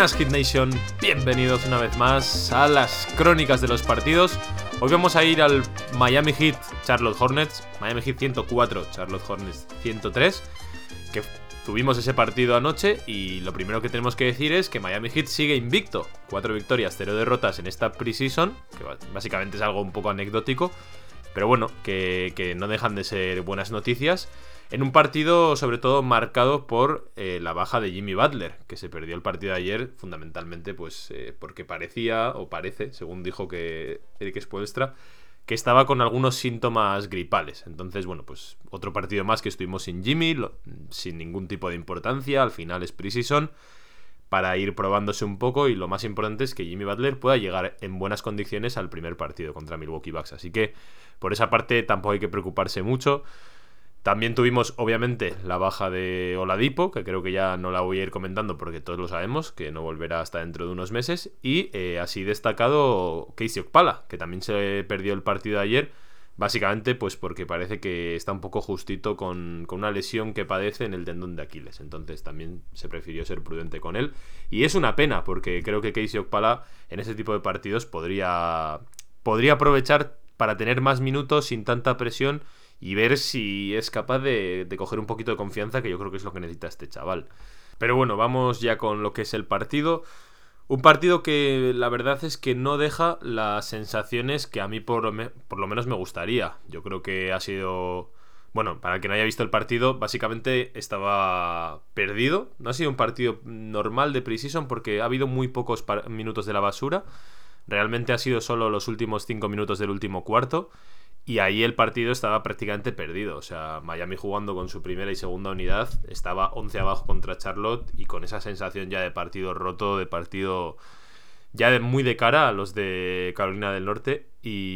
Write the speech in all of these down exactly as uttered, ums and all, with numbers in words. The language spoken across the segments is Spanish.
Buenas Hit Nation, bienvenidos una vez más a las crónicas de los partidos. Hoy vamos a ir al Miami Heat Charlotte Hornets, Miami Heat ciento cuatro, Charlotte Hornets ciento tres, que tuvimos ese partido anoche y lo primero que tenemos que decir es que Miami Heat sigue invicto, cuatro victorias, cero derrotas en esta preseason, que básicamente es algo un poco anecdótico, pero bueno, que, que no dejan de ser buenas noticias. En un partido sobre todo marcado por eh, la baja de Jimmy Butler, que se perdió el partido de ayer fundamentalmente pues eh, porque parecía, o parece, según dijo que Eric Spoelstra, que estaba con algunos síntomas gripales. Entonces, bueno, pues otro partido más que estuvimos sin Jimmy, lo, sin ningún tipo de importancia. Al final es preseason para ir probándose un poco, y lo más importante es que Jimmy Butler pueda llegar en buenas condiciones al primer partido contra Milwaukee Bucks. Así que por esa parte tampoco hay que preocuparse mucho. También tuvimos, obviamente, la baja de Oladipo, que creo que ya no la voy a ir comentando porque todos lo sabemos, que no volverá hasta dentro de unos meses. Y eh, así destacado Casey Okpala, que también se perdió el partido de ayer, básicamente pues porque parece que está un poco justito con, con una lesión que padece en el tendón de Aquiles. Entonces también se prefirió ser prudente con él. Y es una pena porque creo que Casey Okpala en ese tipo de partidos podría, podría aprovechar para tener más minutos sin tanta presión y ver si es capaz de, de coger un poquito de confianza, que yo creo que es lo que necesita este chaval. Pero bueno, vamos ya con lo que es el partido. Un partido que la verdad es que no deja las sensaciones que a mí por lo, me, por lo menos me gustaría. Yo creo que ha sido... Bueno, para el que no haya visto el partido, básicamente estaba perdido. No ha sido un partido normal de preseason porque ha habido muy pocos par- minutos de la basura. Realmente ha sido solo los últimos cinco minutos del último cuarto. Y ahí el partido estaba prácticamente perdido. O sea, Miami jugando con su primera y segunda unidad estaba once abajo contra Charlotte, y con esa sensación ya de partido roto, de partido ya de muy de cara a los de Carolina del Norte.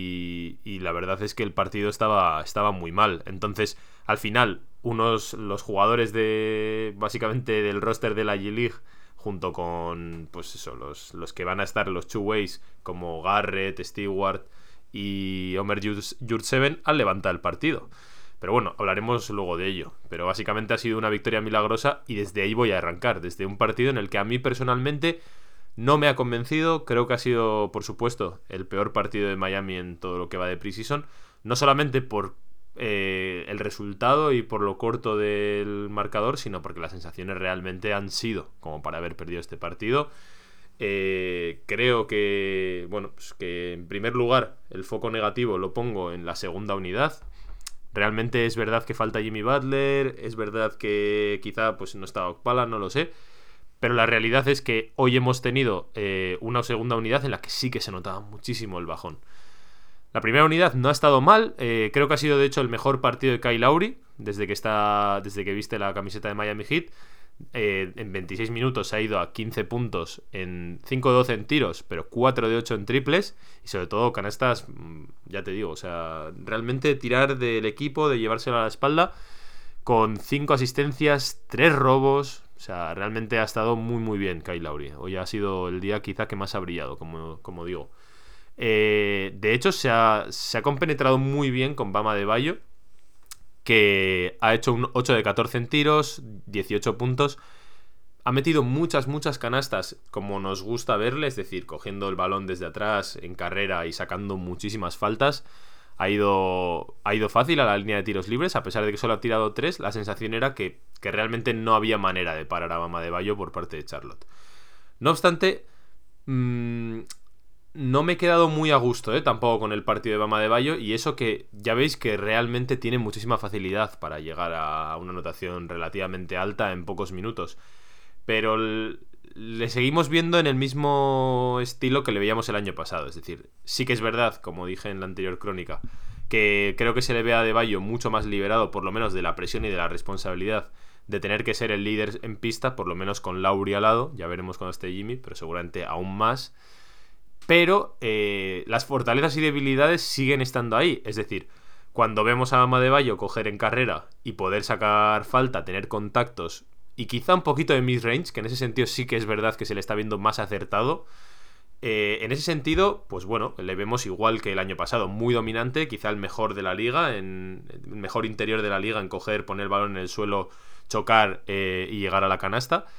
Y, y la verdad es que el partido estaba, estaba muy mal. Entonces, al final, unos los jugadores de básicamente del roster de la G-League, junto con pues eso, los, los que van a estar los two ways, como Garrett, Stewart y Omer Yurtseven, han levantado el partido. Pero bueno, hablaremos luego de ello. Pero básicamente ha sido una victoria milagrosa, y desde ahí voy a arrancar. Desde un partido en el que a mí personalmente no me ha convencido. Creo que ha sido, por supuesto, el peor partido de Miami en todo lo que va de preseason. No solamente por eh, el resultado y por lo corto del marcador, sino porque las sensaciones realmente han sido como para haber perdido este partido. Eh, creo que, bueno, pues que en primer lugar el foco negativo lo pongo en la segunda unidad. Realmente es verdad que falta Jimmy Butler, es verdad que quizá pues no está Okpala, no lo sé, pero la realidad es que hoy hemos tenido eh, una segunda unidad en la que sí que se notaba muchísimo el bajón. La primera unidad no ha estado mal, eh, creo que ha sido de hecho el mejor partido de Kyle Lowry desde que está, desde que viste la camiseta de Miami Heat. Eh, en veintiséis minutos se ha ido a quince puntos, en cinco de doce en tiros, pero cuatro de ocho en triples, y sobre todo canastas, ya te digo, o sea, realmente tirar del equipo, de llevárselo a la espalda, con cinco asistencias, tres robos. O sea, realmente ha estado muy muy bien Kyle Lowry. Hoy ha sido el día quizá que más ha brillado, como, como digo. Eh, de hecho se ha, se ha compenetrado muy bien con Bam Adebayo, que ha hecho un ocho de catorce en tiros, dieciocho puntos. Ha metido muchas, muchas canastas, como nos gusta verle, es decir, cogiendo el balón desde atrás en carrera y sacando muchísimas faltas. Ha ido, ha ido fácil a la línea de tiros libres, a pesar de que solo ha tirado tres. La sensación era que, que realmente no había manera de parar a Bam Adebayo por parte de Charlotte. No obstante, mmm, no me he quedado muy a gusto, ¿eh? Tampoco con el partido de Bam Adebayo, y eso que ya veis que realmente tiene muchísima facilidad para llegar a una anotación relativamente alta en pocos minutos. Pero el, le seguimos viendo en el mismo estilo que le veíamos el año pasado. Es decir, sí que es verdad, como dije en la anterior crónica, que creo que se le ve a Adebayo mucho más liberado, por lo menos de la presión y de la responsabilidad de tener que ser el líder en pista, por lo menos con Lowry al lado. Ya veremos cuando esté Jimmy, pero seguramente aún más. Pero eh, las fortalezas y debilidades siguen estando ahí. Es decir, cuando vemos a Bam Adebayo coger en carrera y poder sacar falta, tener contactos y quizá un poquito de mid-range, que en ese sentido sí que es verdad que se le está viendo más acertado, eh, en ese sentido, pues bueno, le vemos igual que el año pasado, muy dominante, quizá el mejor de la liga, en, el mejor interior de la liga en coger, poner el balón en el suelo, chocar eh, y llegar a la canasta.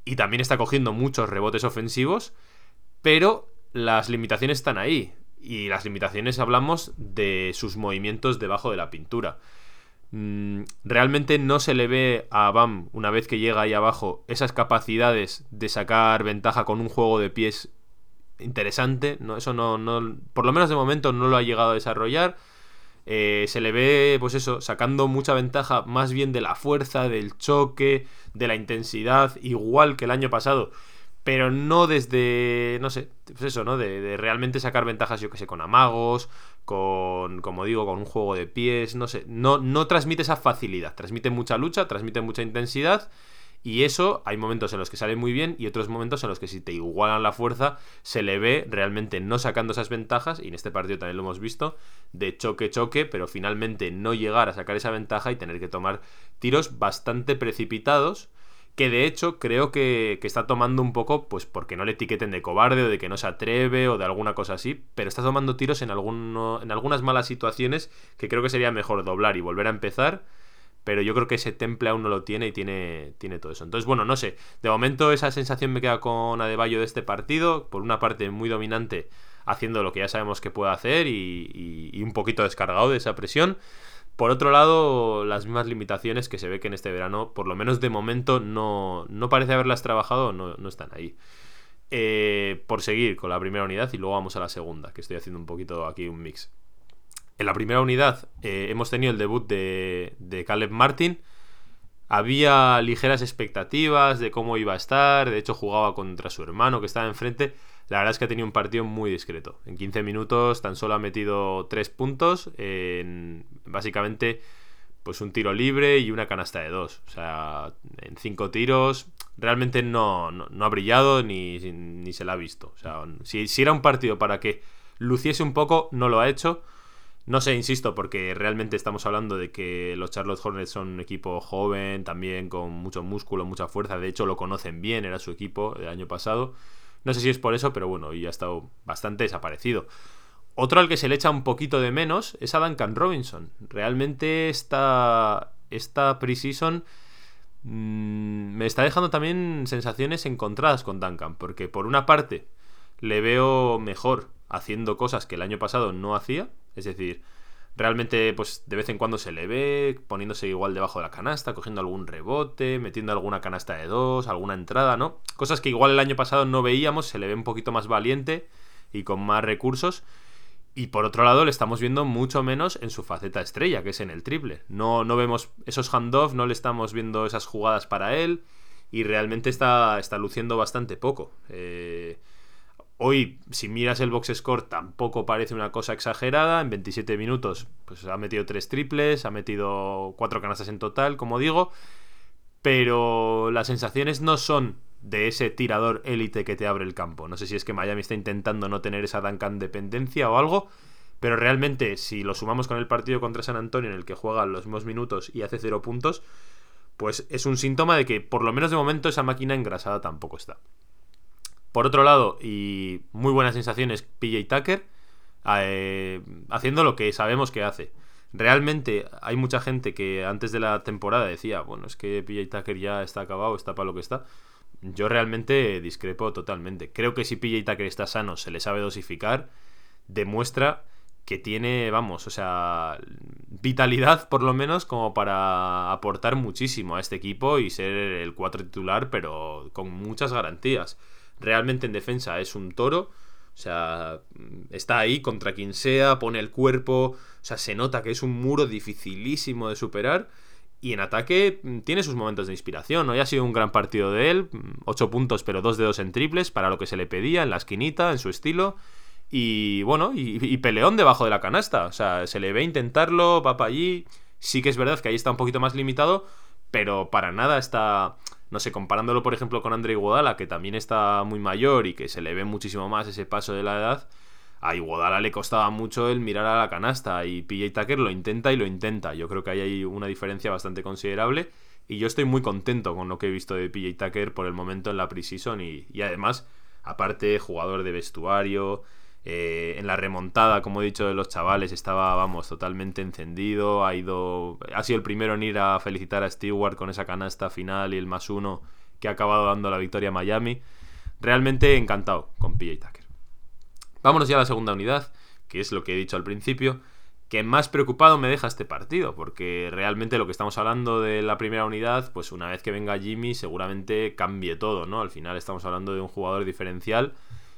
y también está cogiendo muchos rebotes ofensivos, pero las limitaciones están ahí. Y las limitaciones hablamos de sus movimientos debajo de la pintura. Mm, realmente no se le ve a Bam, una vez que llega ahí abajo, esas capacidades de sacar ventaja con un juego de pies interesante. No, eso no, no, por lo menos de momento no lo ha llegado a desarrollar. Eh, se le ve, pues eso, sacando mucha ventaja más bien de la fuerza, del choque, de la intensidad, igual que el año pasado, pero no desde, no sé, pues eso, ¿no? De, de realmente sacar ventajas, yo que sé, con amagos, con, como digo, con un juego de pies, no sé, no, no transmite esa facilidad, transmite mucha lucha, transmite mucha intensidad. Y eso, hay momentos en los que sale muy bien y otros momentos en los que si te igualan la fuerza, se le ve realmente no sacando esas ventajas, y en este partido también lo hemos visto, de choque-choque, pero finalmente no llegar a sacar esa ventaja y tener que tomar tiros bastante precipitados, que de hecho creo que, que está tomando un poco, pues porque no le etiqueten de cobarde o de que no se atreve o de alguna cosa así, pero está tomando tiros en, alguno, en algunas malas situaciones que creo que sería mejor doblar y volver a empezar. Pero yo creo que ese temple aún no lo tiene y tiene, tiene todo eso. Entonces, bueno, no sé. De momento esa sensación me queda con Adebayo de este partido. Por una parte muy dominante, haciendo lo que ya sabemos que puede hacer y, y, y un poquito descargado de esa presión. Por otro lado, las mismas limitaciones que se ve que en este verano, por lo menos de momento, no, no parece haberlas trabajado, no, no están ahí. Eh, por seguir con la primera unidad y luego vamos a la segunda, que estoy haciendo un poquito aquí un mix. En la primera unidad eh, hemos tenido el debut de, de Caleb Martin. Había ligeras expectativas de cómo iba a estar. De hecho, jugaba contra su hermano que estaba enfrente. La verdad es que ha tenido un partido muy discreto. En quince minutos tan solo ha metido tres puntos. En, básicamente, pues un tiro libre y una canasta de dos. O sea, en cinco tiros realmente no, no, no ha brillado ni, ni se la ha visto. O sea, si, si era un partido para que luciese un poco, no lo ha hecho. No sé, insisto, porque realmente estamos hablando de que los Charlotte Hornets son un equipo joven, también con mucho músculo, mucha fuerza. De hecho, lo conocen bien, era su equipo el año pasado. No sé si es por eso, pero bueno, y ha estado bastante desaparecido. Otro al que se le echa un poquito de menos es a Duncan Robinson. Realmente esta, esta preseason mmm, me está dejando también sensaciones encontradas con Duncan, porque por una parte le veo mejor haciendo cosas que el año pasado no hacía. Es decir, realmente pues de vez en cuando se le ve poniéndose igual debajo de la canasta, cogiendo algún rebote, metiendo alguna canasta de dos, alguna entrada, ¿no? Cosas que igual el año pasado no veíamos, se le ve un poquito más valiente y con más recursos. Y por otro lado le estamos viendo mucho menos en su faceta estrella, que es en el triple. No, no vemos esos handoffs, no le estamos viendo esas jugadas para él y realmente está, está luciendo bastante poco. Eh... Hoy, si miras el box score, tampoco parece una cosa exagerada. En veintisiete minutos pues ha metido tres triples, ha metido cuatro canastas en total, como digo. Pero las sensaciones no son de ese tirador élite que te abre el campo. No sé si es que Miami está intentando no tener esa Duncan dependencia o algo, pero realmente si lo sumamos con el partido contra San Antonio en el que juega los mismos minutos y hace cero puntos, pues es un síntoma de que por lo menos de momento esa máquina engrasada tampoco está. Por otro lado, y muy buenas sensaciones, P J Tucker, eh, haciendo lo que sabemos que hace. Realmente hay mucha gente que antes de la temporada decía, bueno, es que P J Tucker ya está acabado, está para lo que está. Yo realmente discrepo totalmente. Creo que si P J Tucker está sano, se le sabe dosificar, demuestra que tiene, vamos, o sea, vitalidad por lo menos como para aportar muchísimo a este equipo y ser el cuatro titular, pero con muchas garantías. Realmente en defensa es un toro, o sea, está ahí contra quien sea, pone el cuerpo, o sea, se nota que es un muro dificilísimo de superar. Y en ataque tiene sus momentos de inspiración. Hoy ha sido un gran partido de él, ocho puntos pero dos de dos en triples, para lo que se le pedía, en la esquinita, en su estilo. Y bueno, y, y peleón debajo de la canasta, o sea, se le ve intentarlo, va para allí. Sí que es verdad que ahí está un poquito más limitado, pero para nada está... No sé, comparándolo por ejemplo con Andre Iguodala, que también está muy mayor y que se le ve muchísimo más ese paso de la edad, a Iguodala le costaba mucho el mirar a la canasta y P J Tucker lo intenta y lo intenta. Yo creo que ahí hay una diferencia bastante considerable y yo estoy muy contento con lo que he visto de P J Tucker por el momento en la preseason y, y además, aparte, jugador de vestuario... Eh, en la remontada, como he dicho, de los chavales estaba, vamos, totalmente encendido. Ha ido, ha sido el primero en ir a felicitar a Stewart con esa canasta final y el más uno que ha acabado dando la victoria a Miami. Realmente encantado con P J Tucker. Vámonos ya a la segunda unidad, que es lo que he dicho al principio, que más preocupado me deja este partido, porque realmente lo que estamos hablando de la primera unidad, pues una vez que venga Jimmy seguramente cambie todo, ¿no? Al final estamos hablando de un jugador diferencial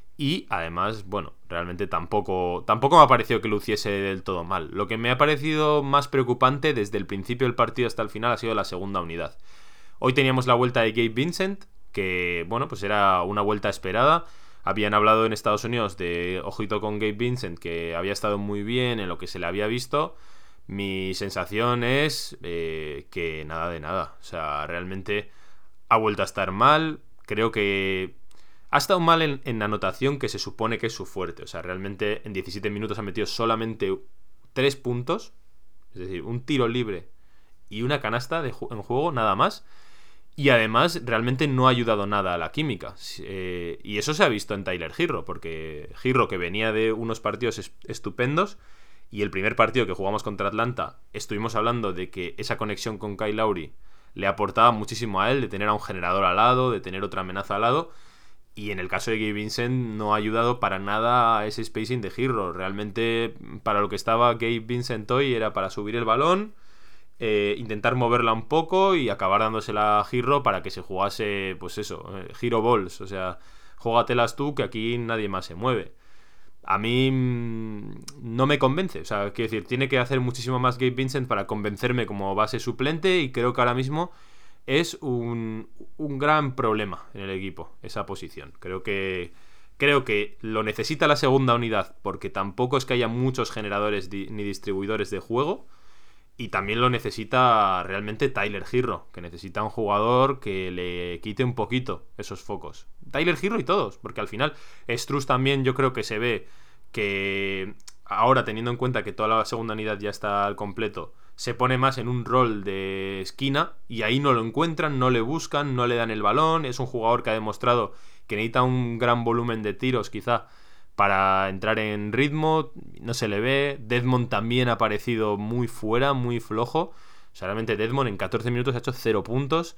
y además, bueno, realmente tampoco, tampoco me ha parecido que luciese del todo mal. Lo que me ha parecido más preocupante desde el principio del partido hasta el final ha sido la segunda unidad. Hoy teníamos la vuelta de Gabe Vincent, que bueno, pues era una vuelta esperada. Habían hablado en Estados Unidos de, ojito con Gabe Vincent, que había estado muy bien en lo que se le había visto. Mi sensación es eh, que nada de nada. O sea, realmente ha vuelto a estar mal. Creo que ha estado mal en, en anotación, que se supone que es su fuerte. O sea, realmente en diecisiete minutos ha metido solamente tres puntos. Es decir, un tiro libre y una canasta de ju- en juego, nada más. Y además realmente no ha ayudado nada a la química. Eh, y eso se ha visto en Tyler Herro, porque Herro, que venía de unos partidos es- estupendos, y el primer partido que jugamos contra Atlanta estuvimos hablando de que esa conexión con Kyle Lowry le aportaba muchísimo a él, de tener a un generador al lado, de tener otra amenaza al lado. Y en el caso de Gabe Vincent no ha ayudado para nada a ese spacing de Herro. Realmente para lo que estaba Gabe Vincent hoy era para subir el balón, Eh, intentar moverla un poco y acabar dándosela a Herro para que se jugase, pues eso, eh, Hero Balls. O sea, júgatelas tú, que aquí nadie más se mueve. A mí mmm, no me convence. O sea, quiero decir, tiene que hacer muchísimo más Gabe Vincent para convencerme como base suplente, y creo que ahora mismo es un, un gran problema en el equipo esa posición. Creo que creo que lo necesita la segunda unidad, porque tampoco es que haya muchos generadores di- ni distribuidores de juego. Y también lo necesita realmente Tyler Herro, que necesita un jugador que le quite un poquito esos focos. Tyler Herro y todos, porque al final Strus también yo creo que se ve que ahora, teniendo en cuenta que toda la segunda unidad ya está al completo, se pone más en un rol de esquina y ahí no lo encuentran, no le buscan, no le dan el balón. Es un jugador que ha demostrado que necesita un gran volumen de tiros quizá para entrar en ritmo, no se le ve. Dedmon también ha parecido muy fuera, muy flojo. O sea, realmente Dedmon en catorce minutos ha hecho cero puntos.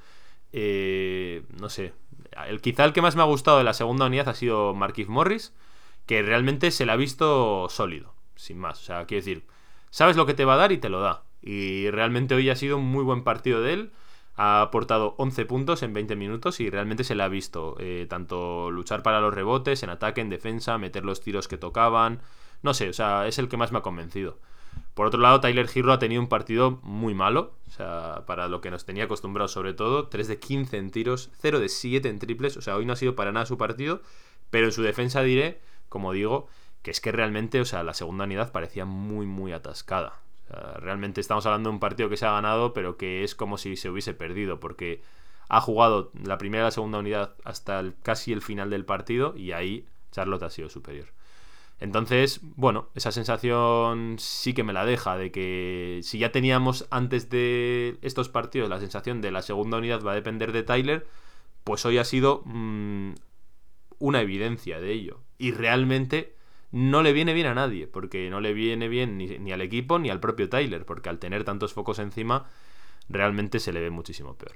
Eh, no sé. El, quizá el que más me ha gustado de la segunda unidad ha sido Markieff Morris, que realmente se le ha visto sólido, sin más. O sea, quiero decir, sabes lo que te va a dar y te lo da. Y realmente hoy ha sido un muy buen partido de él. Ha aportado once puntos en veinte minutos y realmente se le ha visto eh, tanto luchar para los rebotes, en ataque, en defensa, meter los tiros que tocaban. No sé, o sea, es el que más me ha convencido. Por otro lado, Tyler Herro ha tenido un partido muy malo, o sea, para lo que nos tenía acostumbrados sobre todo. tres de quince en tiros, cero de siete en triples. O sea, hoy no ha sido para nada su partido, pero en su defensa diré, como digo, que es que realmente, o sea, la segunda unidad parecía muy, muy atascada. O sea, realmente estamos hablando de un partido que se ha ganado, pero que es como si se hubiese perdido, porque ha jugado la primera y la segunda unidad hasta el, casi el final del partido, y ahí Charlotte ha sido superior. Entonces, bueno, esa sensación sí que me la deja, de que si ya teníamos antes de estos partidos la sensación de la segunda unidad va a depender de Tyler, pues hoy ha sido mmm, una evidencia de ello. Y realmente no le viene bien a nadie, porque no le viene bien ni, ni al equipo ni al propio Tyler, porque al tener tantos focos encima realmente se le ve muchísimo peor.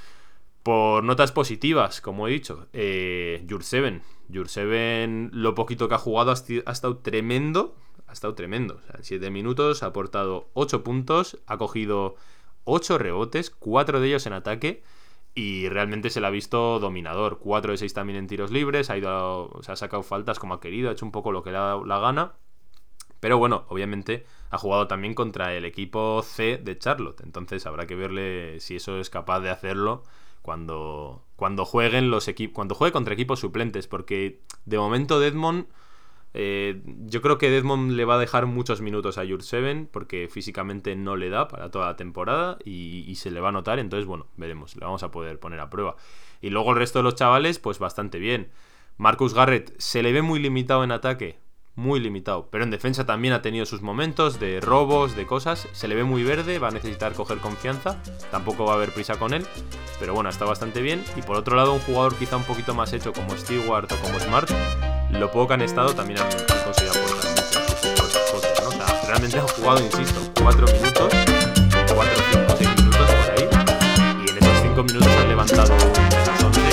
Por notas positivas, como he dicho, eh, Jurseven Jurseven, lo poquito que ha jugado ha, esti- ha estado tremendo. Ha estado tremendo, o sea, en siete minutos ha aportado ocho puntos, ha cogido ocho rebotes, cuatro de ellos en ataque, y realmente se le ha visto dominador. cuatro de seis también en tiros libres, ha ido a, o sea, ha sacado faltas como ha querido, ha hecho un poco lo que le ha dado la gana. Pero bueno, obviamente ha jugado también contra el equipo C de Charlotte, entonces habrá que verle si eso es capaz de hacerlo cuando, cuando jueguen los equipos, cuando juegue contra equipos suplentes, porque de momento Dedmon, eh, yo creo que Dedmon le va a dejar muchos minutos a Jurseven, porque físicamente no le da para toda la temporada y, y se le va a notar. Entonces bueno, veremos, le vamos a poder poner a prueba. Y luego el resto de los chavales, pues bastante bien. Marcus Garrett se le ve muy limitado en ataque, muy limitado, pero en defensa también ha tenido sus momentos de robos, de cosas. Se le ve muy verde, va a necesitar coger confianza, tampoco va a haber prisa con él, pero bueno, está bastante bien. Y por otro lado, un jugador quizá un poquito más hecho como Stewart o como Smart, lo poco que han estado también han, han conseguido aportar muchas cosas, ¿no? O sea, realmente han jugado, insisto, cuatro minutos, cuatro, cinco, seis minutos por ahí, y en esos cinco minutos han levantado unas once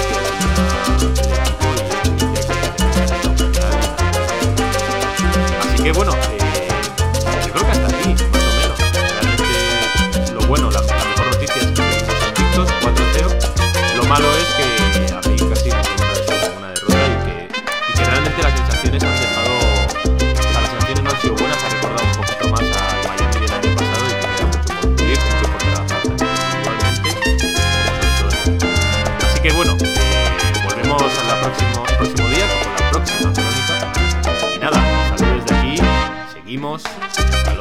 vemos en la próximo, el próximo día con la próxima crónica. Y nada, saludos desde aquí. Seguimos.